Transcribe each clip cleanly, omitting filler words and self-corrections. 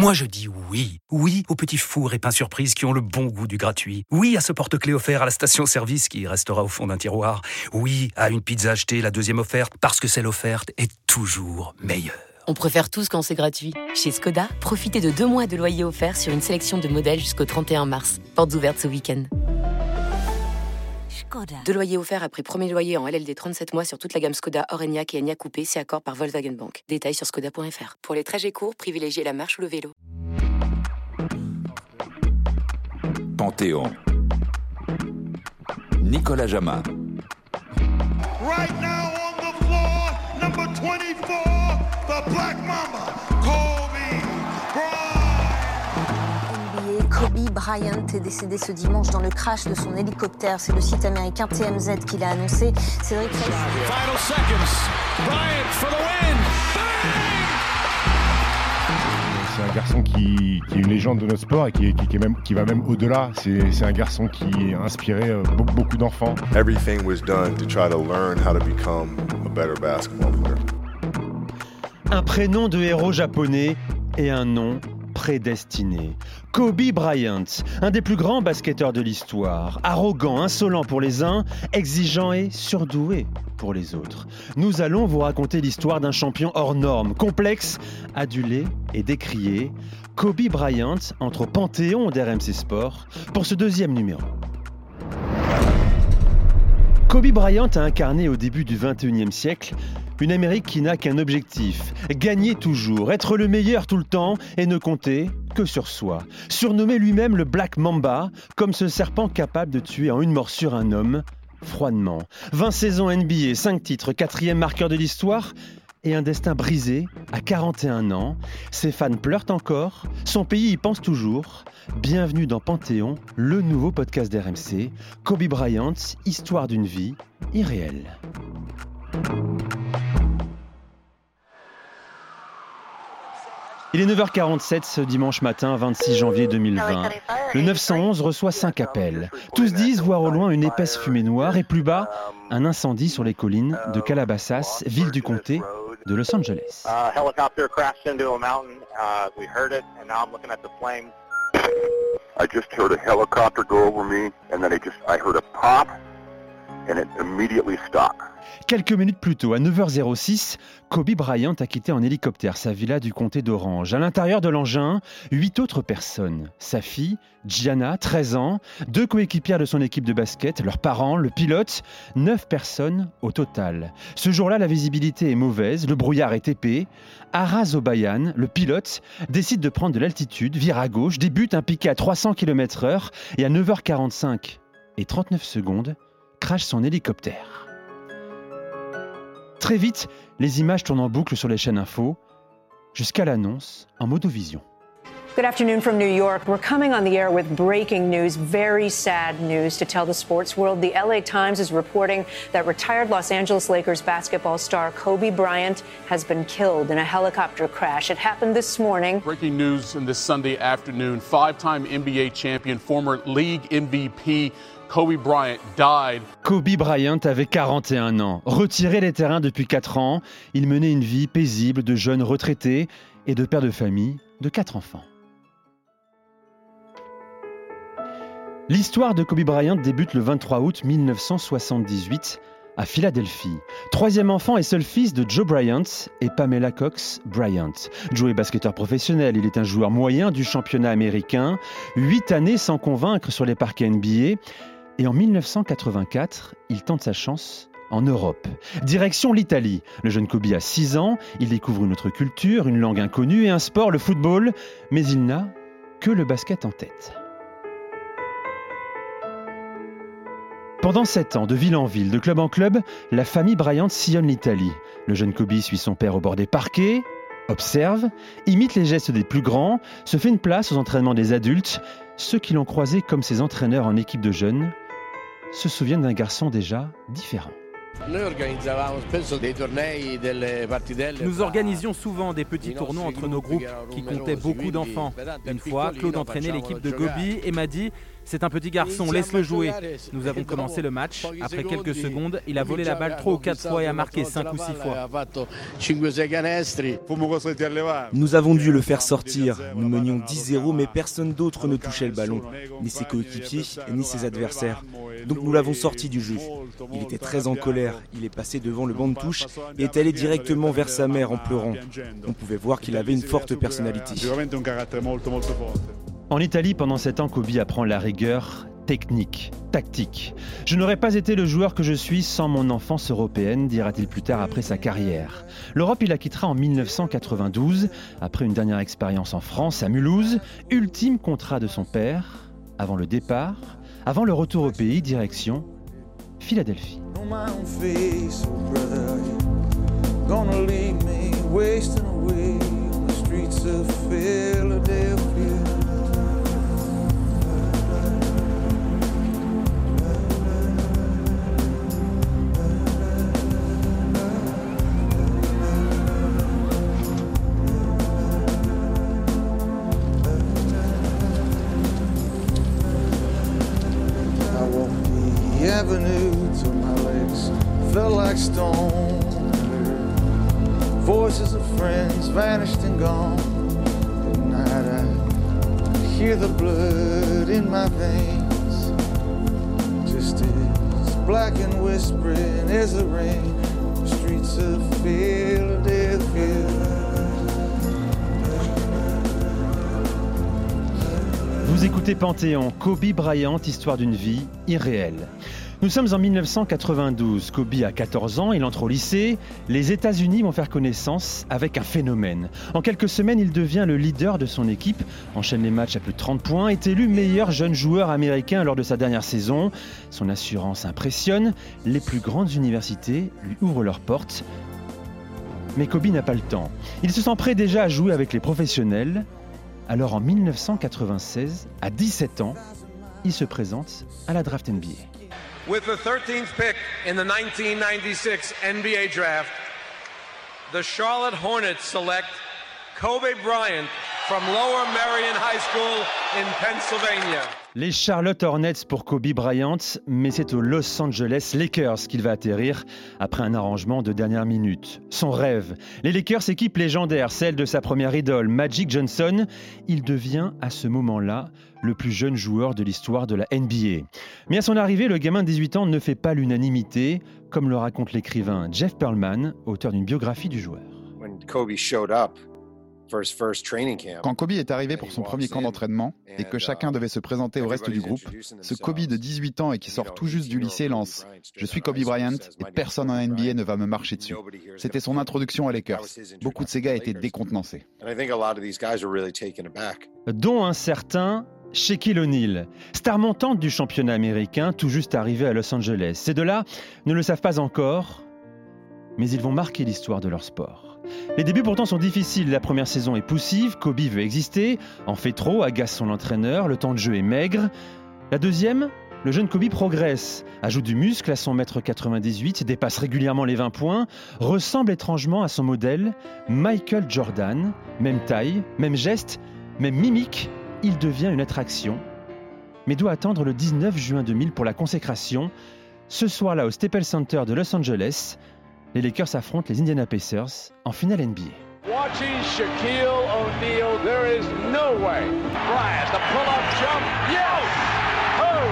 Moi je dis oui. Oui aux petits fours et pains surprises qui ont le bon goût du gratuit. Oui à ce porte-clés offert à la station-service qui restera au fond d'un tiroir. Oui à une pizza achetée, la deuxième offerte, parce que celle offerte est toujours meilleure. On préfère tous quand c'est gratuit. Chez Skoda, profitez de 2 mois de loyer offert sur une sélection de modèles jusqu'au 31 mars. Portes ouvertes ce week-end. 2 loyers offerts après premier loyer en LLD 37 mois sur toute la gamme Skoda, Orenia et Enyaq Coupé, c'est accord par Volkswagen Bank. Détails sur skoda.fr. Pour les trajets courts, privilégiez la marche ou le vélo. Panthéon. Nicolas Jamin. Right now on the floor, number 24, the Black Mamba, Kobe Bryant. NBA, Kobe Bryant est décédé ce dimanche dans le crash de son hélicoptère. C'est le site américain TMZ qui l'a annoncé. Cédric Reyes. Final seconds. Bryant for the win. C'est un garçon qui est une légende de notre sport et qui va même au-delà. C'est un garçon qui a inspiré beaucoup d'enfants. Everything was done to try to learn how to become a better basketball player. Un prénom de héros japonais et un nom prédestiné. Kobe Bryant, un des plus grands basketteurs de l'histoire, arrogant, insolent pour les uns, exigeant et surdoué pour les autres. Nous allons vous raconter l'histoire d'un champion hors norme, complexe, adulé et décrié. Kobe Bryant entre au panthéon d'RMC Sport pour ce 2e numéro. Kobe Bryant a incarné au début du XXIe siècle une Amérique qui n'a qu'un objectif, gagner toujours, être le meilleur tout le temps et ne compter que sur soi. Surnommé lui-même le Black Mamba, comme ce serpent capable de tuer en une morsure un homme, froidement. 20 saisons NBA, 5 titres, 4e marqueur de l'histoire et un destin brisé à 41 ans. Ses fans pleurent encore, son pays y pense toujours. Bienvenue dans Panthéon, le nouveau podcast d'RMC. Kobe Bryant, histoire d'une vie irréelle. Il est 9h47 ce dimanche matin, 26 janvier 2020. Le 911 reçoit 5 appels. Tous disent voir au loin une épaisse fumée noire et plus bas, un incendie sur les collines de Calabasas, ville du comté de Los Angeles. I just heard a helicopter go over me, and then I heard a pop, and it immediately stopped. Quelques minutes plus tôt, à 9h06, Kobe Bryant a quitté en hélicoptère sa villa du comté d'Orange. À l'intérieur de l'engin, 8 autres personnes. Sa fille, Gianna, 13 ans, 2 coéquipières de son équipe de basket, leurs parents, le pilote, 9 personnes au total. Ce jour-là, la visibilité est mauvaise, le brouillard est épais. Ara Zobayan, le pilote, décide de prendre de l'altitude, vire à gauche, débute un piqué à 300 km/h et à 9h45 et 39 secondes, crache son hélicoptère. Très vite, les images tournent en boucle sur les chaînes info, jusqu'à l'annonce en modovision. Good afternoon from New York. We're coming on the air with breaking news, very sad news to tell the sports world. The LA Times is reporting that retired Los Angeles Lakers basketball star Kobe Bryant has been killed in a helicopter crash. It happened this morning. Breaking news this Sunday afternoon. 5-time NBA champion, former league MVP Kobe Bryant died. Kobe Bryant avait 41 ans. Retiré des terrains depuis 4 ans, il menait une vie paisible de jeune retraité et de père de famille de 4 enfants. L'histoire de Kobe Bryant débute le 23 août 1978 à Philadelphie. 3e enfant et seul fils de Joe Bryant et Pamela Cox Bryant. Joe est basketteur professionnel, il est un joueur moyen du championnat américain. 8 années sans convaincre sur les parquets NBA. Et en 1984, il tente sa chance en Europe. Direction l'Italie. Le jeune Kobe a 6 ans, il découvre une autre culture, une langue inconnue et un sport, le football, mais il n'a que le basket en tête. Pendant 7 ans, de ville en ville, de club en club, la famille Bryant sillonne l'Italie. Le jeune Kobe suit son père au bord des parquets, observe, imite les gestes des plus grands, se fait une place aux entraînements des adultes. Ceux qui l'ont croisé comme ses entraîneurs en équipe de jeunes se souviennent d'un garçon déjà différent. Nous organisions souvent des petits tournois entre nos groupes qui comptaient beaucoup d'enfants. Une fois, Claude entraînait l'équipe de Gobi et m'a dit « C'est un petit garçon, laisse-le jouer ». Nous avons commencé le match. Après quelques secondes, il a volé la balle 3 ou 4 fois et a marqué 5 ou 6 fois. Nous avons dû le faire sortir. Nous menions 10-0, mais personne d'autre ne touchait le ballon, ni ses coéquipiers, ni ses adversaires. Donc nous l'avons sorti du jeu. Il était très en colère. Il est passé devant le banc de touche et est allé directement vers sa mère en pleurant. On pouvait voir qu'il avait une forte personnalité. En Italie, pendant 7 ans, Kobe apprend la rigueur technique, tactique. « Je n'aurais pas été le joueur que je suis sans mon enfance européenne », dira-t-il plus tard après sa carrière. L'Europe, il la quittera en 1992, après une dernière expérience en France, à Mulhouse. Ultime contrat de son père. Avant le départ, avant le retour au pays, direction Philadelphie. Avenue till my legs felt like stone. Voices of friends vanished and gone. At night I hear the blood in my veins, just as black and whispering as the rain. The streets of Philadelphia. Vous écoutez Panthéon, Kobe Bryant, histoire d'une vie irréelle. Nous sommes en 1992, Kobe a 14 ans, il entre au lycée. Les États-Unis vont faire connaissance avec un phénomène. En quelques semaines, il devient le leader de son équipe, enchaîne les matchs à plus de 30 points, est élu meilleur jeune joueur américain lors de sa dernière saison. Son assurance impressionne, les plus grandes universités lui ouvrent leurs portes. Mais Kobe n'a pas le temps. Il se sent prêt déjà à jouer avec les professionnels. Alors en 1996, à 17 ans, il se présente à la draft NBA. With the 13th pick in the 1996 NBA draft, the Charlotte Hornets select Kobe Bryant from Lower Merion High School in Pennsylvania. Les Charlotte Hornets pour Kobe Bryant, mais c'est aux Los Angeles Lakers qu'il va atterrir après un arrangement de dernière minute. Son rêve, les Lakers, équipe légendaire, celle de sa première idole, Magic Johnson. Il devient à ce moment-là le plus jeune joueur de l'histoire de la NBA. Mais à son arrivée, le gamin de 18 ans ne fait pas l'unanimité, comme le raconte l'écrivain Jeff Pearlman, auteur d'une biographie du joueur. Quand Kobe est arrivé pour son premier camp d'entraînement et que chacun devait se présenter au reste du groupe, ce Kobe de 18 ans et qui sort tout juste du lycée lance « Je suis Kobe Bryant et personne en NBA ne va me marcher dessus ». C'était son introduction à Lakers. Beaucoup de ces gars étaient décontenancés. Dont un certain Shaquille O'Neal, star montante du championnat américain, tout juste arrivé à Los Angeles. Ces deux-là ne le savent pas encore, mais ils vont marquer l'histoire de leur sport. Les débuts pourtant sont difficiles, la première saison est poussive, Kobe veut exister, en fait trop, agace son entraîneur, le temps de jeu est maigre. La deuxième, le jeune Kobe progresse, ajoute du muscle à son 1m98, dépasse régulièrement les 20 points, ressemble étrangement à son modèle, Michael Jordan, même taille, même geste, même mimique, il devient une attraction, mais doit attendre le 19 juin 2000 pour la consécration. Ce soir-là au Staples Center de Los Angeles, les Lakers affrontent les Indiana Pacers en finale NBA. Watching Shaquille O'Neal, there is no way. Bryant, the pull-up jump, yes! Oh,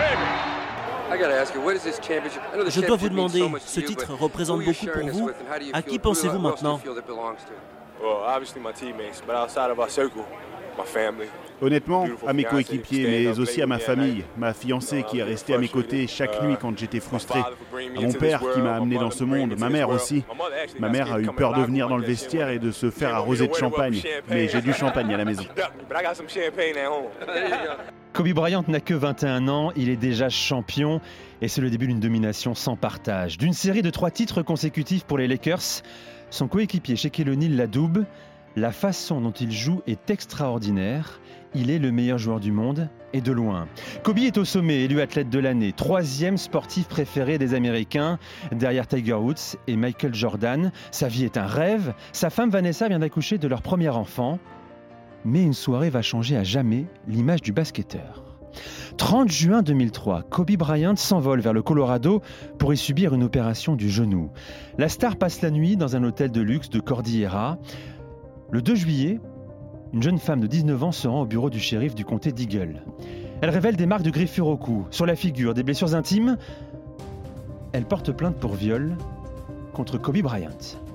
baby! Je dois vous demander, ce titre représente beaucoup pour vous. À qui pensez-vous maintenant? Honnêtement, à mes coéquipiers, mais aussi à ma famille, ma fiancée qui est restée à mes côtés chaque nuit quand j'étais frustré, à mon père qui m'a amené dans ce monde, ma mère aussi. Ma mère a eu peur de venir dans le vestiaire et de se faire arroser de champagne, mais j'ai du champagne à la maison. Kobe Bryant n'a que 21 ans, il est déjà champion et c'est le début d'une domination sans partage. D'une série de 3 titres consécutifs pour les Lakers, son coéquipier Shaquille O'Neal l'adoube. La façon dont il joue est extraordinaire. Il est le meilleur joueur du monde, et de loin. Kobe est au sommet, élu athlète de l'année, 3e sportif préféré des Américains, derrière Tiger Woods et Michael Jordan. Sa vie est un rêve. Sa femme Vanessa vient d'accoucher de leur premier enfant. Mais une soirée va changer à jamais l'image du basketteur. 30 juin 2003, Kobe Bryant s'envole vers le Colorado pour y subir une opération du genou. La star passe la nuit dans un hôtel de luxe de Cordillera. Le 2 juillet, une jeune femme de 19 ans se rend au bureau du shérif du comté d'Eagle. Elle révèle des marques de griffures au cou, sur la figure, des blessures intimes. Elle porte plainte pour viol contre Kobe Bryant.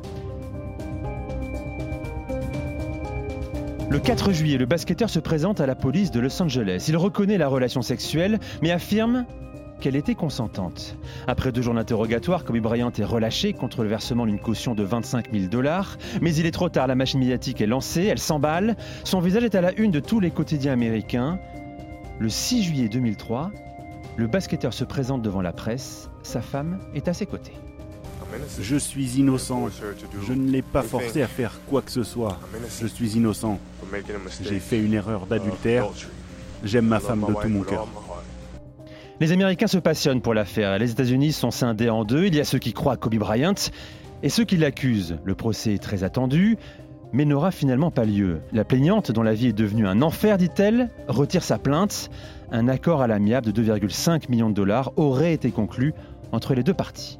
Le 4 juillet, le basketteur se présente à la police de Los Angeles. Il reconnaît la relation sexuelle, mais affirme qu'elle était consentante. Après 2 jours d'interrogatoire, Kobe Bryant est relâché contre le versement d'une caution de $25 000. Mais il est trop tard, la machine médiatique est lancée, elle s'emballe. Son visage est à la une de tous les quotidiens américains. Le 6 juillet 2003, le basketteur se présente devant la presse. Sa femme est à ses côtés. Je suis innocent. Je ne l'ai pas forcé à faire quoi que ce soit. Je suis innocent. J'ai fait une erreur d'adultère. J'aime ma femme de tout mon cœur. Les Américains se passionnent pour l'affaire. Les États-Unis sont scindés en deux. Il y a ceux qui croient à Kobe Bryant et ceux qui l'accusent. Le procès est très attendu, mais n'aura finalement pas lieu. La plaignante, dont la vie est devenue un enfer, dit-elle, retire sa plainte. Un accord à l'amiable de $2,5 millions aurait été conclu entre les deux parties.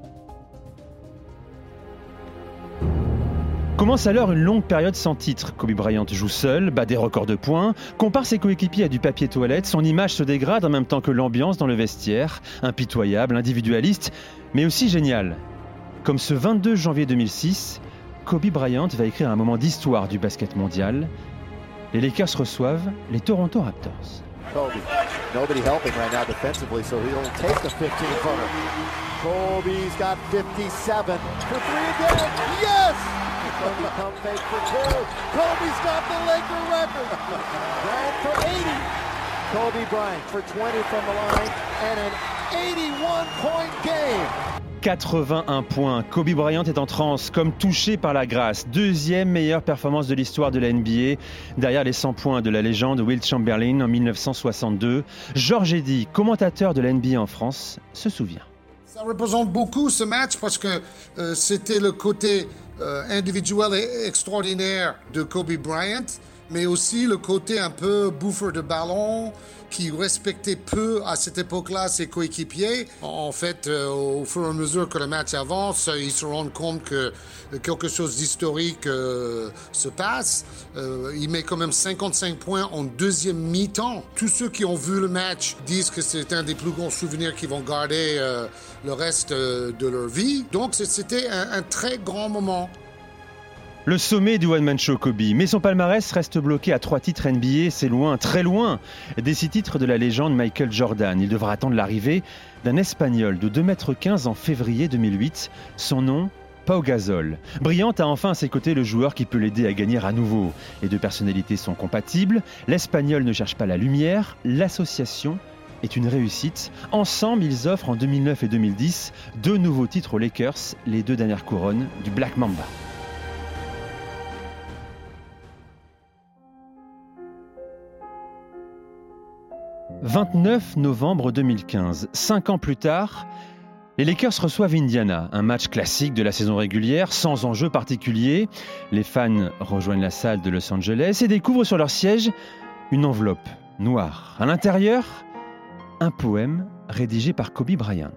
Commence alors une longue période sans titre. Kobe Bryant joue seul, bat des records de points, compare ses coéquipiers à du papier toilette, son image se dégrade en même temps que l'ambiance dans le vestiaire, impitoyable, individualiste, mais aussi génial. Comme ce 22 janvier 2006, Kobe Bryant va écrire un moment d'histoire du basket mondial. Les Lakers reçoivent les Toronto Raptors. Kobe, nobody helping right now defensively, so he'll take the 15-footer. Kobe's got 57 for 3 again. Yes! Kobe come fake for 2. Kobe's got the Laker record. Bryant for 80. Kobe Bryant for 20 from the line and an 81-point game. 81 points. Kobe Bryant est en transe, comme touché par la grâce. 2e meilleure performance de l'histoire de la NBA, derrière les 100 points de la légende Wilt Chamberlain en 1962. Georges Eddy, commentateur de la NBA en France, se souvient. Ça représente beaucoup ce match parce que c'était le côté individuel et extraordinaire de Kobe Bryant, mais aussi le côté un peu bouffeur de ballon qui respectait peu à cette époque-là ses coéquipiers. En fait, au fur et à mesure que le match avance, ils se rendent compte que quelque chose d'historique se passe. Il met quand même 55 points en 2e mi-temps. Tous ceux qui ont vu le match disent que c'est un des plus grands souvenirs qu'ils vont garder le reste de leur vie. Donc c'était un très grand moment. Le sommet du one-man show Kobe, mais son palmarès reste bloqué à 3 titres NBA, c'est loin, très loin, des 6 titres de la légende Michael Jordan. Il devra attendre l'arrivée d'un Espagnol de 2,15 m en février 2008, son nom, Pau Gasol. Bryant a enfin à ses côtés le joueur qui peut l'aider à gagner à nouveau. Les deux personnalités sont compatibles, l'Espagnol ne cherche pas la lumière, l'association est une réussite. Ensemble, ils offrent en 2009 et 2010 2 nouveaux titres aux Lakers, les 2 dernières couronnes du Black Mamba. « 29 novembre 2015, 5 ans plus tard, les Lakers reçoivent Indiana, un match classique de la saison régulière, sans enjeu particulier. Les fans rejoignent la salle de Los Angeles et découvrent sur leur siège une enveloppe noire. À l'intérieur, un poème rédigé par Kobe Bryant.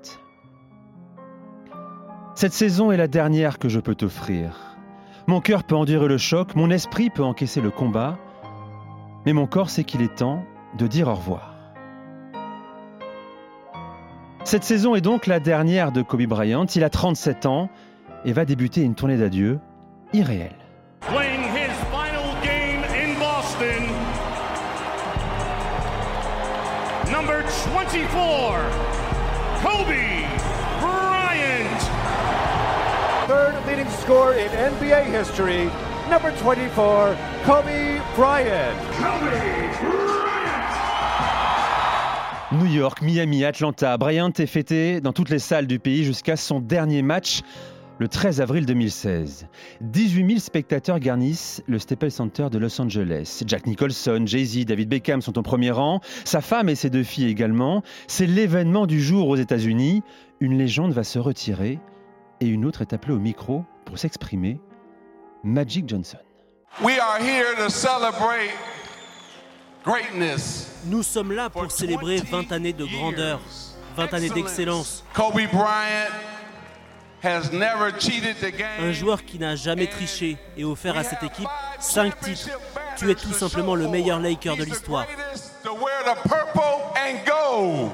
« Cette saison est la dernière que je peux t'offrir. Mon cœur peut endurer le choc, mon esprit peut encaisser le combat, mais mon corps sait qu'il est temps de dire au revoir. » Cette saison est donc la dernière de Kobe Bryant. Il a 37 ans et va débuter une tournée d'adieu irréelle. Playing his final game in Boston, number 24, Kobe Bryant. Third leading scorer in NBA history, number 24, Kobe Bryant. Kobe Bryant. New York, Miami, Atlanta, Bryant est fêté dans toutes les salles du pays jusqu'à son dernier match le 13 avril 2016. 18 000 spectateurs garnissent le Staples Center de Los Angeles. Jack Nicholson, Jay-Z, David Beckham sont au premier rang, sa femme et ses 2 filles également. C'est l'événement du jour aux États-Unis. Une légende va se retirer et une autre est appelée au micro pour s'exprimer. Magic Johnson. We are here to celebrate greatness. Nous sommes là pour célébrer 20 années de grandeur, 20 années d'excellence. Kobe Bryant has never cheated the game. Un joueur qui n'a jamais triché et offert à cette équipe 5 titres. Tu es tout simplement le meilleur Laker de l'histoire. To wear the purple and gold.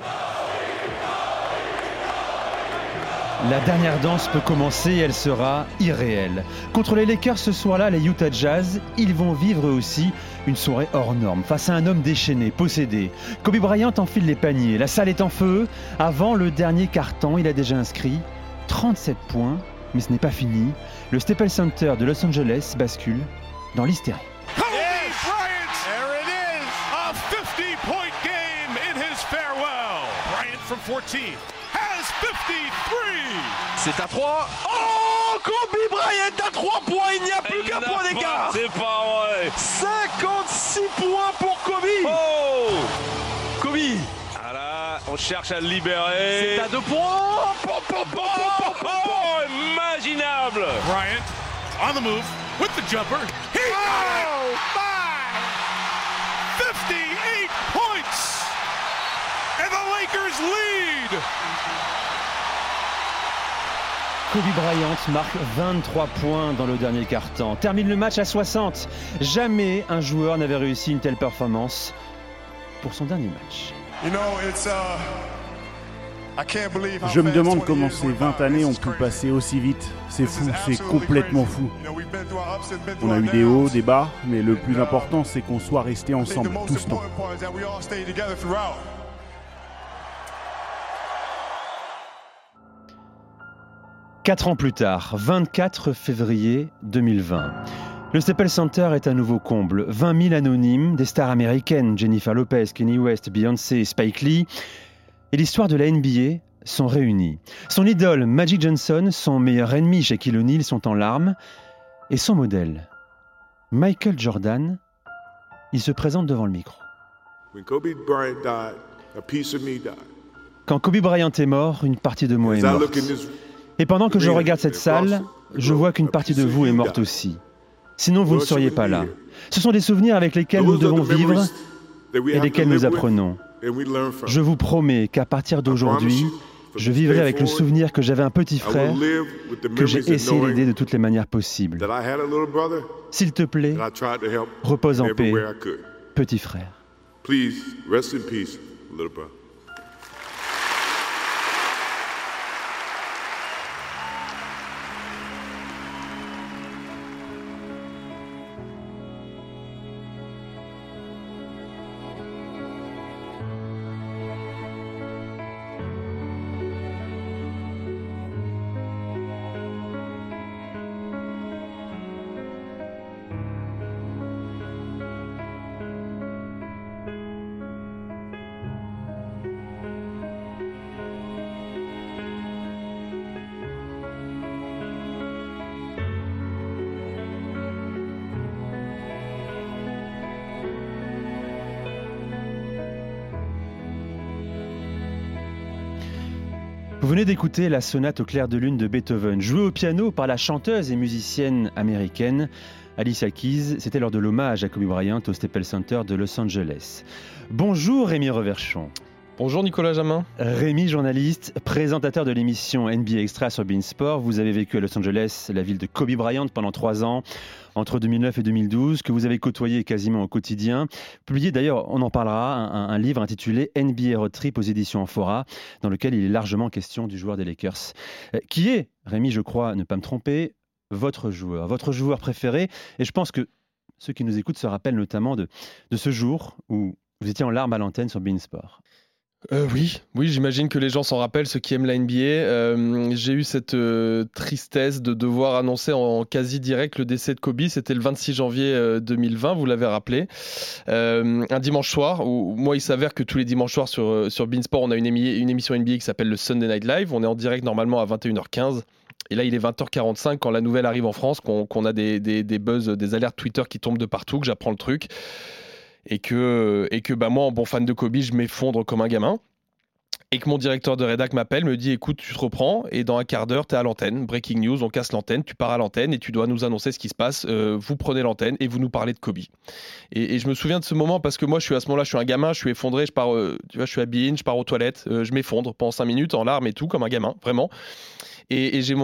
La dernière danse peut commencer et elle sera irréelle. Contre les Lakers ce soir-là, les Utah Jazz, ils vont vivre aussi une soirée hors norme face à un homme déchaîné, possédé. Kobe Bryant enfile les paniers, la salle est en feu. Avant le dernier quart-temps, il a déjà inscrit 37 points, mais ce n'est pas fini. Le Staples Center de Los Angeles bascule dans l'hystérie. Kobe Bryant! There it is! A 50-point game in his farewell. Bryant from 14 has 53. C'est à 3. Oh, Kobe Bryant à 3 points, il n'y a plus qu'un point d'écart. C'est pas vrai. 56 points pour Kobe. Oh, Kobe. Voilà, on cherche à le libérer. C'est à 2 points. Imaginable. Bryant on the move with the jumper. He got it. 58 points. And the Lakers lead. Kobe Bryant marque 23 points dans le dernier quart-temps. Termine le match à 60. Jamais un joueur n'avait réussi une telle performance pour son dernier match. Je me demande comment ces 20 années ont pu passer aussi vite. C'est fou, c'est complètement fou. On a eu des hauts, des bas, mais le plus important, c'est qu'on soit restés ensemble tout ce temps. Quatre ans plus tard, 24 février 2020. Le Staples Center est un nouveau comble. 20 000 anonymes, des stars américaines, Jennifer Lopez, Kanye West, Beyoncé, Spike Lee. Et l'histoire de la NBA sont réunies. Son idole, Magic Johnson, son meilleur ennemi, Shaquille O'Neal, sont en larmes. Et son modèle, Michael Jordan, il se présente devant le micro. Quand Kobe Bryant est mort, une partie de moi est morte. Et pendant que je regarde cette salle, je vois qu'une partie de vous est morte aussi. Sinon, vous ne seriez pas là. Ce sont des souvenirs avec lesquels nous devons vivre et desquels nous apprenons. Je vous promets qu'à partir d'aujourd'hui, je vivrai avec le souvenir que j'avais un petit frère que j'ai essayé d'aider de toutes les manières possibles. S'il te plaît, repose en paix, petit frère. Vous venez d'écouter la sonate au clair de lune de Beethoven, jouée au piano par la chanteuse et musicienne américaine Alicia Keys. C'était lors de l'hommage à Kobe Bryant au Staples Center de Los Angeles. Bonjour Rémi Reverchon. Bonjour Nicolas Jamin. Rémi, journaliste, présentateur de l'émission NBA Extra sur beIN Sport. Vous avez vécu à Los Angeles, la ville de Kobe Bryant, pendant 3 ans, entre 2009 et 2012, que vous avez côtoyé quasiment au quotidien. Publié d'ailleurs, on en parlera, un livre intitulé NBA Road Trip aux éditions Amphora, dans lequel il est largement question du joueur des Lakers. Qui est, Rémi, je crois, ne pas me tromper, votre joueur préféré. Et je pense que ceux qui nous écoutent se rappellent notamment de ce jour où vous étiez en larmes à l'antenne sur beIN Sport. Oui, j'imagine que les gens s'en rappellent, ceux qui aiment la NBA. J'ai eu cette tristesse de devoir annoncer en quasi direct le décès de Kobe. C'était le 26 janvier 2020, vous l'avez rappelé. Un dimanche soir, où moi il s'avère que tous les dimanches soirs sur beIN Sport, on a une émission NBA qui s'appelle le Sunday Night Live. On est en direct normalement à 21h15. Et là, il est 20h45 quand la nouvelle arrive en France, qu'on a des buzz, des alertes Twitter qui tombent de partout, que j'apprends le truc. Et que moi, en bon fan de Kobe, je m'effondre comme un gamin. Et que mon directeur de rédac m'appelle, me dit écoute, tu te reprends et dans un quart d'heure, tu es à l'antenne. Breaking news, on casse l'antenne, tu pars à l'antenne et tu dois nous annoncer ce qui se passe. Vous prenez l'antenne et vous nous parlez de Kobe. Et je me souviens de ce moment parce que moi, à ce moment-là, je suis un gamin, je suis effondré, je suis à Bein, je pars aux toilettes, je m'effondre pendant 5 minutes en larmes et tout, comme un gamin, vraiment. Et j'ai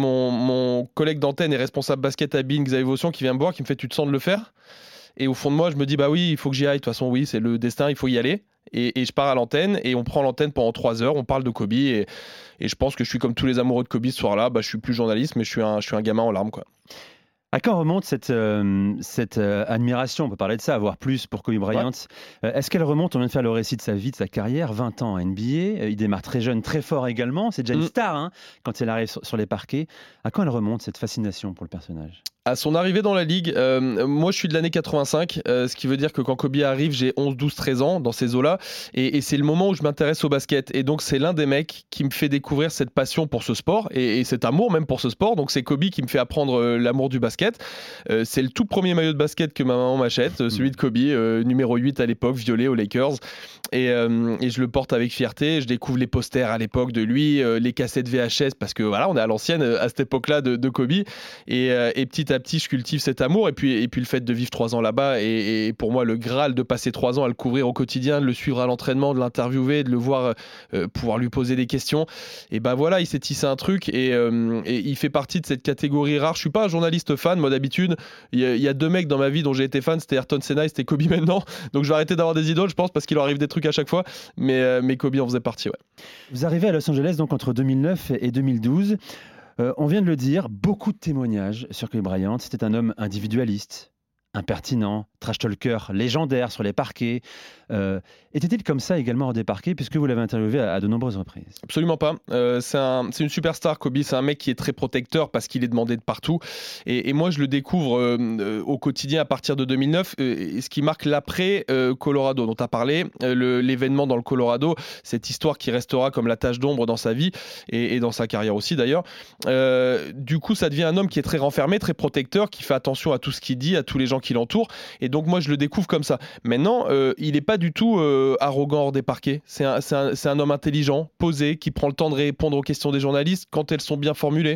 mon collègue d'antenne et responsable basket à Bein, Xavier Vaution, qui vient me voir, qui me fait tu te sens de le faire ? Et au fond de moi, je me dis bah oui, il faut que j'y aille. De toute façon, oui, c'est le destin, il faut y aller. Et je pars à l'antenne et on prend l'antenne pendant 3 heures, on parle de Kobe et je pense que je suis comme tous les amoureux de Kobe ce soir-là, je suis plus journaliste mais je suis un gamin en larmes quoi. À quand remonte cette admiration, on peut parler de ça, voire plus pour Kobe Bryant. Est-ce qu'elle remonte, on vient de faire le récit de sa vie, de sa carrière, 20 ans à NBA, il démarre très jeune, très fort également, c'est déjà une star quand il arrive sur les parquets. À quand elle remonte cette fascination pour le personnage ? À son arrivée dans la ligue, moi je suis de l'année 85, ce qui veut dire que quand Kobe arrive, j'ai 11, 12, 13 ans dans ces eaux-là, et c'est le moment où je m'intéresse au basket. Et donc c'est l'un des mecs qui me fait découvrir cette passion pour ce sport, et cet amour même pour ce sport. Donc c'est Kobe qui me fait apprendre l'amour du basket. C'est le tout premier maillot de basket que ma maman m'achète, celui de Kobe, numéro 8 à l'époque, violet aux Lakers. Et je le porte avec fierté. Je découvre les posters à l'époque de lui, les cassettes VHS, parce que voilà, on est à l'ancienne à cette époque-là de Kobe. Et petit à petit, je cultive cet amour. Et puis le fait de vivre 3 ans là-bas, et pour moi, le Graal de passer 3 ans à le couvrir au quotidien, de le suivre à l'entraînement, de l'interviewer, de le voir, pouvoir lui poser des questions. Et voilà, il s'est tissé un truc et il fait partie de cette catégorie rare. Je suis pas un journaliste fan, moi d'habitude. Il y a 2 mecs dans ma vie dont j'ai été fan, c'était Ayrton Senna et c'était Kobe maintenant. Donc je vais arrêter d'avoir des idoles, je pense, parce qu'il leur arrive des trucs à chaque fois. Mais Kobe en faisait partie, ouais. Vous arrivez à Los Angeles donc entre 2009 et 2012. On vient de le dire, beaucoup de témoignages sur Kobe Bryant. C'était un homme individualiste, impertinent, trash talker, légendaire sur les parquets. Était-il comme ça également hors des parquets, puisque vous l'avez interviewé à de nombreuses reprises ? Absolument pas. C'est une superstar, Kobe. C'est un mec qui est très protecteur parce qu'il est demandé de partout. Et moi, je le découvre au quotidien à partir de 2009. Ce qui marque l'après Colorado, dont tu as parlé, l'événement dans le Colorado, cette histoire qui restera comme la tache d'ombre dans sa vie et dans sa carrière aussi d'ailleurs. Du coup, ça devient un homme qui est très renfermé, très protecteur, qui fait attention à tout ce qu'il dit, à tous les gens qui l'entourent. Et donc, moi, je le découvre comme ça. Maintenant, il n'est pas du tout arrogant hors des parquets. C'est un homme intelligent, posé, qui prend le temps de répondre aux questions des journalistes quand elles sont bien formulées.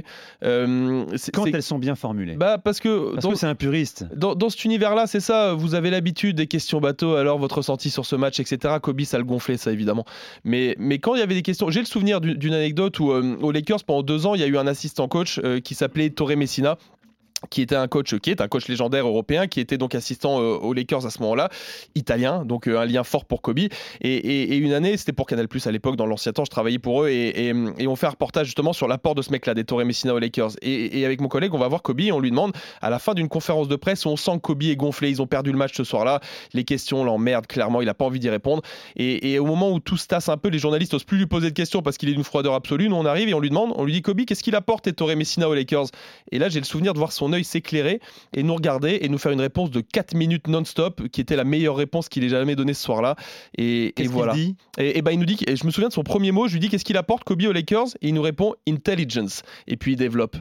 Elles sont bien formulées. Parce que c'est un puriste. Dans cet univers-là, c'est ça. Vous avez l'habitude des questions bateau. Alors votre ressenti sur ce match, etc. Kobe, ça le gonflait, ça évidemment. Mais quand il y avait des questions, j'ai le souvenir d'une anecdote où aux Lakers pendant 2 ans, il y a eu un assistant coach qui s'appelait Torre Messina, qui est un coach légendaire européen, qui était donc assistant aux Lakers à ce moment-là, italien, donc un lien fort pour Kobe. Et une année, c'était pour Canal+ à l'époque, dans l'ancien temps, je travaillais pour eux, et on fait un reportage justement sur l'apport de ce mec-là, des Torre Messina aux Lakers. Et avec mon collègue, on va voir Kobe et on lui demande, à la fin d'une conférence de presse, où on sent que Kobe est gonflé, ils ont perdu le match ce soir-là, les questions l'emmerdent clairement, il n'a pas envie d'y répondre. Et au moment où tout se tasse un peu, les journalistes n'osent plus lui poser de questions parce qu'il est d'une froideur absolue. Nous, on arrive et on lui dit Kobe, qu'est-ce qu'il apporte, Torre Messina aux Lakers? Et là, j'ai le souvenir de voir son œil s'éclairer et nous regarder et nous faire une réponse de 4 minutes non-stop qui était la meilleure réponse qu'il ait jamais donnée ce soir-là. Et voilà. Qu'il dit il nous dit, et je me souviens de son premier mot, je lui dis qu'est-ce qu'il apporte Kobe aux Lakers, et il nous répond intelligence. Et puis il développe.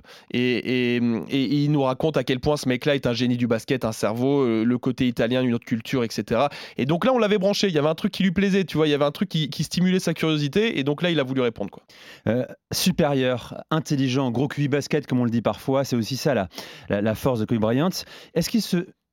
Et il nous raconte à quel point ce mec-là est un génie du basket, un cerveau, le côté italien, une autre culture, etc. Et donc là, on l'avait branché. Il y avait un truc qui lui plaisait, tu vois. Il y avait un truc qui stimulait sa curiosité. Et donc là, il a voulu répondre, quoi. Supérieur, intelligent, gros QI basket, comme on le dit parfois, c'est aussi ça la force de Kobe Bryant. Est-ce qu'il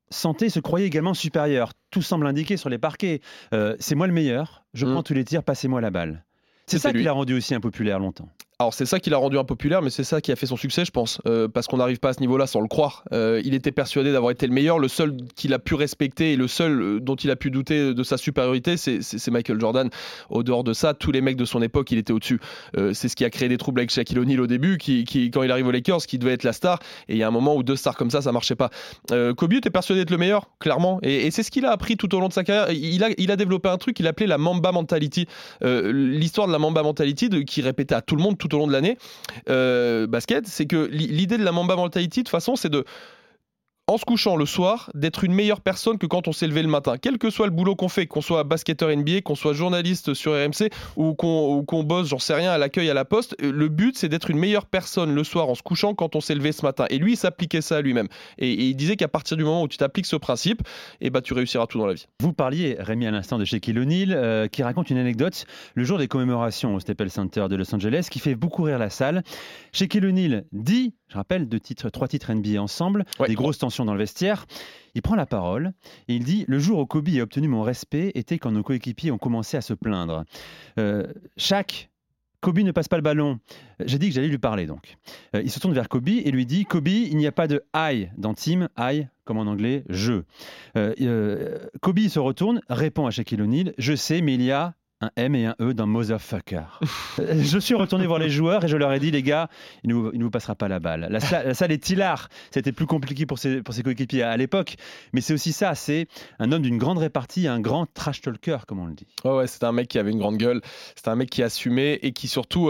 se croyait également supérieur? Tout semble indiquer sur les parquets. C'est moi le meilleur, je prends tous les tirs, passez-moi la balle. C'est ça qui l'a rendu aussi impopulaire longtemps. Alors c'est ça qui l'a rendu impopulaire, mais c'est ça qui a fait son succès, je pense, parce qu'on n'arrive pas à ce niveau-là sans le croire. Il était persuadé d'avoir été le meilleur, le seul qu'il a pu respecter et le seul dont il a pu douter de sa supériorité, c'est Michael Jordan. Au dehors de ça, tous les mecs de son époque, il était au-dessus. C'est ce qui a créé des troubles avec Shaquille O'Neal au début, qui quand il arrive aux Lakers, qui devait être la star, et il y a un moment où 2 stars comme ça marchait pas. Kobe était persuadé d'être le meilleur, clairement, et c'est ce qu'il a appris tout au long de sa carrière. Il a développé un truc qu'il appelait la Mamba Mentality. L'histoire de la Mamba Mentality, qui répétait à tout le monde tout au long de l'année, basket, c'est que l'idée de la Mamba Mentality, de toute façon, c'est de en se couchant le soir, d'être une meilleure personne que quand on s'est levé le matin. Quel que soit le boulot qu'on fait, qu'on soit basketteur NBA, qu'on soit journaliste sur RMC ou qu'on bosse, j'en sais rien, à l'accueil, à la poste, le but c'est d'être une meilleure personne le soir en se couchant quand on s'est levé ce matin. Et lui, il s'appliquait ça à lui-même. Et il disait qu'à partir du moment où tu t'appliques ce principe, tu réussiras tout dans la vie. Vous parliez, Rémi, à l'instant de Shaquille O'Neal, qui raconte une anecdote le jour des commémorations au Staples Center de Los Angeles, qui fait beaucoup rire la salle. Shaquille O'Neal dit, je rappelle, 3 titres NBA ensemble, des grosses tensions dans le vestiaire. Il prend la parole et il dit « Le jour où Kobe a obtenu mon respect était quand nos coéquipiers ont commencé à se plaindre. Shaq, Kobe ne passe pas le ballon. » J'ai dit que j'allais lui parler donc. Il se tourne vers Kobe et lui dit « Kobe, il n'y a pas de I dans team. I, comme en anglais, je. » Kobe se retourne, répond à Shaquille O'Neal « Je sais, mais il y a un M et un E dans motherfucker. » Je suis retourné voir les joueurs et je leur ai dit, les gars, il ne vous passera pas la balle. La salle est hilar. C'était plus compliqué pour ses coéquipiers à l'époque. Mais c'est aussi ça, c'est un homme d'une grande répartie, un grand trash talker, comme on le dit. Ouais, c'était un mec qui avait une grande gueule. C'était un mec qui assumait et qui surtout,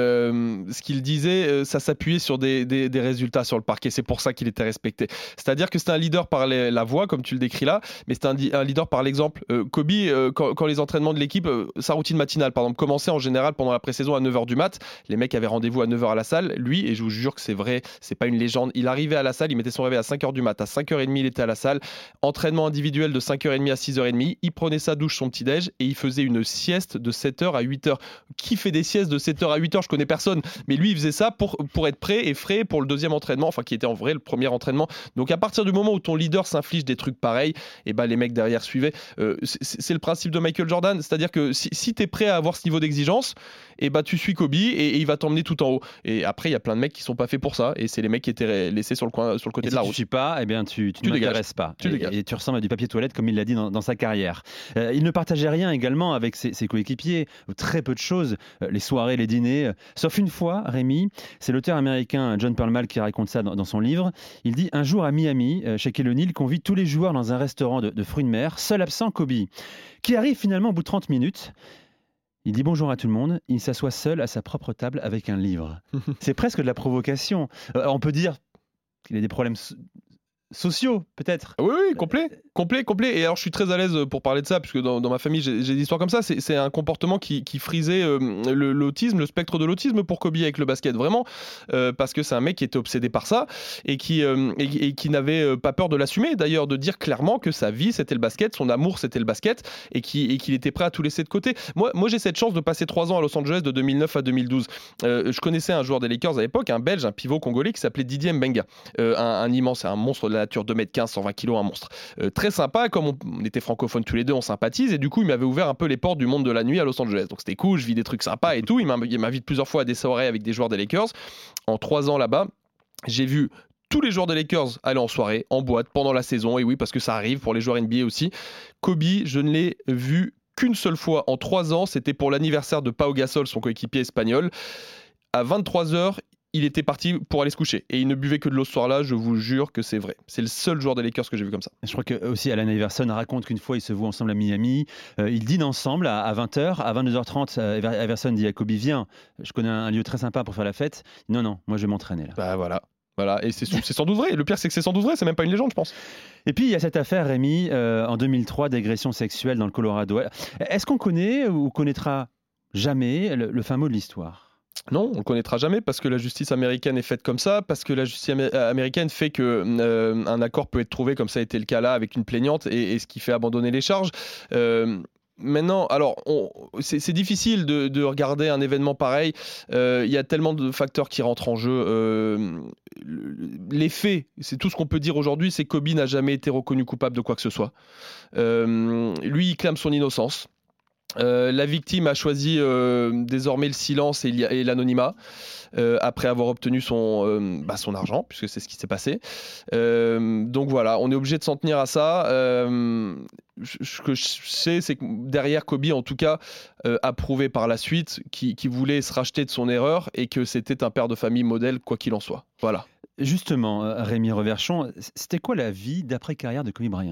ce qu'il disait, ça s'appuyait sur des résultats sur le parquet. C'est pour ça qu'il était respecté. C'est-à-dire que c'était un leader par la voix, comme tu le décris là, mais c'était un leader par l'exemple. Kobe, quand les entraînements de l'équipe, sa routine matinale, par exemple, commençait en général pendant la pré-saison à 9h du mat. Les mecs avaient rendez-vous à 9h à la salle. Lui, et je vous jure que c'est vrai, c'est pas une légende, il arrivait à la salle, il mettait son réveil à 5h du mat. À 5h30, il était à la salle. Entraînement individuel de 5h30 à 6h30. Il prenait sa douche, son petit-déj et il faisait une sieste de 7h à 8h. Qui fait des siestes de 7h à 8h? Je connais personne. Mais lui, il faisait ça pour être prêt et frais pour le deuxième entraînement, enfin qui était en vrai le premier entraînement. Donc à partir du moment où ton leader s'inflige des trucs pareils, et les mecs derrière suivaient. C'est le principe de Michael Jordan, c'est-à-dire que si tu es prêt à avoir ce niveau d'exigence, tu suis Kobe et il va t'emmener tout en haut. Et après, il y a plein de mecs qui sont pas faits pour ça. Et c'est les mecs qui étaient laissés sur le côté de la route. Si tu ne suis pas, tu ne m'intéresses pas. Et tu ressembles à du papier toilette, comme il l'a dit dans sa carrière. Il ne partageait rien également avec ses coéquipiers. Très peu de choses. Les soirées, les dîners. Sauf une fois, Rémi, c'est l'auteur américain John Perlman qui raconte ça dans son livre. Il dit, un jour à Miami, Shaquille O'Neal convie tous les joueurs dans un restaurant de fruits de mer, seul absent Kobe, qui arrive finalement au bout de 30 minutes. Il dit bonjour à tout le monde, il s'assoit seul à sa propre table avec un livre. C'est presque de la provocation. On peut dire qu'il a des problèmes sociaux, peut-être. Oui, complet. Et alors, je suis très à l'aise pour parler de ça, puisque dans ma famille, j'ai des histoires comme ça. C'est un comportement qui frisait l'autisme, le spectre de l'autisme pour Kobe avec le basket, vraiment. Parce que c'est un mec qui était obsédé par ça et qui n'avait pas peur de l'assumer, d'ailleurs, de dire clairement que sa vie, c'était le basket, son amour, c'était le basket, et qu'il était prêt à tout laisser de côté. Moi, j'ai cette chance de passer 3 ans à Los Angeles de 2009 à 2012. Je connaissais un joueur des Lakers à l'époque, un Belge, un pivot congolais qui s'appelait Didier Mbenga. Un immense, un monstre de la nature, 2m15, 120 kg, un monstre. Très sympa, comme on était francophones tous les deux, on sympathise, et du coup il m'avait ouvert un peu les portes du monde de la nuit à Los Angeles. Donc c'était cool, je vis des trucs sympas et tout. Il m'invite plusieurs fois à des soirées avec des joueurs des Lakers. En 3 ans là-bas, j'ai vu tous les joueurs des Lakers aller en soirée, en boîte, pendant la saison, et oui, parce que ça arrive pour les joueurs NBA aussi. Kobe, je ne l'ai vu qu'une seule fois en 3 ans, c'était pour l'anniversaire de Pau Gasol, son coéquipier espagnol. À 23h, il était parti pour aller se coucher. Et il ne buvait que de l'eau ce soir-là, je vous jure que c'est vrai. C'est le seul joueur des Lakers que j'ai vu comme ça. Je crois que aussi Allen Iverson raconte qu'une fois, ils se voient ensemble à Miami. Ils dînent ensemble à 20h. À 22h30, Iverson dit à Kobe, viens, je connais un lieu très sympa pour faire la fête. Non, moi je vais m'entraîner là. Voilà, et c'est sans doute vrai. Le pire, c'est que c'est sans doute vrai, c'est même pas une légende, je pense. Et puis, il y a cette affaire, Rémi, en 2003, d'agression sexuelle dans le Colorado. Est-ce qu'on connaît ou connaîtra jamais le fin mot de l'histoire ? Non, on le connaîtra jamais parce que la justice américaine est faite comme ça, parce que la justice américaine fait que un accord peut être trouvé, comme ça a été le cas là, avec une plaignante, et ce qui fait abandonner les charges. Maintenant, alors, c'est difficile de regarder un événement pareil. Il y a tellement de facteurs qui rentrent en jeu. Les faits, c'est tout ce qu'on peut dire aujourd'hui, c'est que Kobe n'a jamais été reconnu coupable de quoi que ce soit. Lui, il clame son innocence. La victime a choisi désormais le silence et l'anonymat après avoir obtenu son argent, puisque c'est ce qui s'est passé. Donc voilà, on est obligé de s'en tenir à ça. Ce que je sais, c'est que derrière Kobe, en tout cas, a prouvé par la suite qu'il voulait se racheter de son erreur et que c'était un père de famille modèle, quoi qu'il en soit. Voilà. Justement, Rémi Reverchon, c'était quoi la vie d'après-carrière de Kobe Bryant ?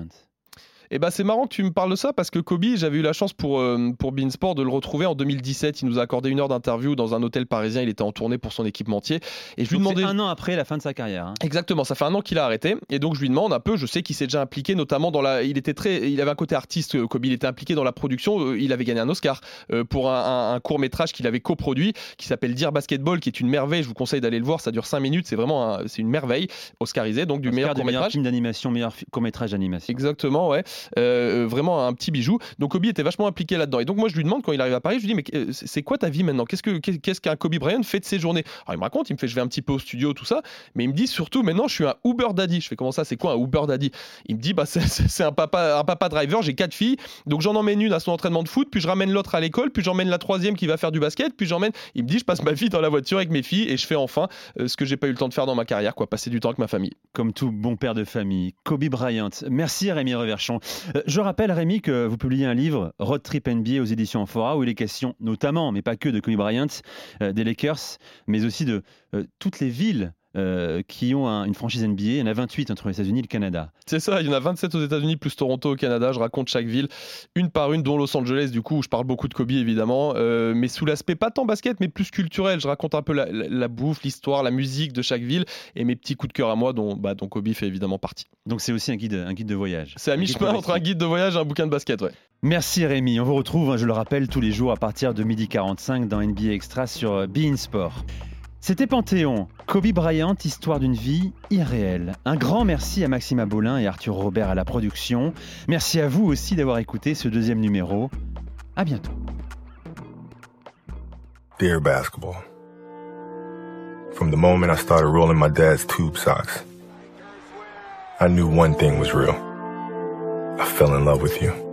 Eh ben, c'est marrant que tu me parles de ça parce que Kobe, j'avais eu la chance pour beIN Sport de le retrouver en 2017. Il nous a accordé 1 heure d'interview dans un hôtel parisien. Il était en tournée pour son équipementier. Et je lui demandais. C'est 1 an après la fin de sa carrière. Hein. Exactement, ça fait 1 an qu'il a arrêté. Et donc je lui demande un peu, je sais qu'il s'est déjà impliqué notamment dans la. Il avait un côté artiste, Kobe. Il était impliqué dans la production. Il avait gagné un Oscar pour un court-métrage qu'il avait coproduit qui s'appelle Dear Basketball, qui est une merveille. Je vous conseille d'aller le voir. Ça dure 5 minutes. C'est vraiment c'est une merveille. Oscarisé, donc du meilleur court-métrage. Meilleur film d'animation, meilleur court-métrage d'animation. Exactement, ouais. Vraiment un petit bijou. Donc Kobe était vachement impliqué là-dedans. Et donc moi je lui demande quand il arrive à Paris, je lui dis mais c'est quoi ta vie maintenant ? Qu'est-ce qu'un Kobe Bryant fait de ses journées ? Alors il me raconte, il me fait je vais un petit peu au studio, tout ça, mais il me dit surtout maintenant je suis un Uber Daddy. Je fais comment ça ? C'est quoi un Uber Daddy ? Il me dit bah c'est un papa driver, j'ai 4 filles, donc j'en emmène une à son entraînement de foot, puis je ramène l'autre à l'école, puis j'emmène la 3e qui va faire du basket, puis j'emmène. Il me dit je passe ma vie dans la voiture avec mes filles et je fais enfin ce que j'ai pas eu le temps de faire dans ma carrière, quoi, passer du temps avec ma famille. Comme tout bon père de famille, Kobe Bryant. Merci Rémi Reverchon. Je rappelle Rémi que vous publiez un livre, Road Trip NBA aux éditions Amphora, où il est question notamment, mais pas que de Kobe Bryant, des Lakers, mais aussi de toutes les villes qui ont une franchise NBA. Il y en a 28 entre les États-Unis et le Canada. C'est ça, il y en a 27 aux États-Unis plus Toronto au Canada. Je raconte chaque ville une par une, dont Los Angeles, du coup, où je parle beaucoup de Kobe évidemment, mais sous l'aspect pas tant basket, mais plus culturel. Je raconte un peu la bouffe, l'histoire, la musique de chaque ville et mes petits coups de cœur à moi, dont Kobe fait évidemment partie. Donc c'est aussi un guide de voyage. C'est à mi-chemin entre un guide de voyage et un bouquin de basket, ouais. Merci Rémi. On vous retrouve, je le rappelle, tous les jours à partir de 12h45 dans NBA Extra sur beIN Sport. C'était Panthéon, Kobe Bryant, histoire d'une vie irréelle. Un grand merci à Maxime Bolin et Arthur Robert à la production. Merci à vous aussi d'avoir écouté ce 2e numéro. À bientôt. Dear basketball, from the moment I started rolling my dad's tube socks, I knew one thing was real. I fell in love with you.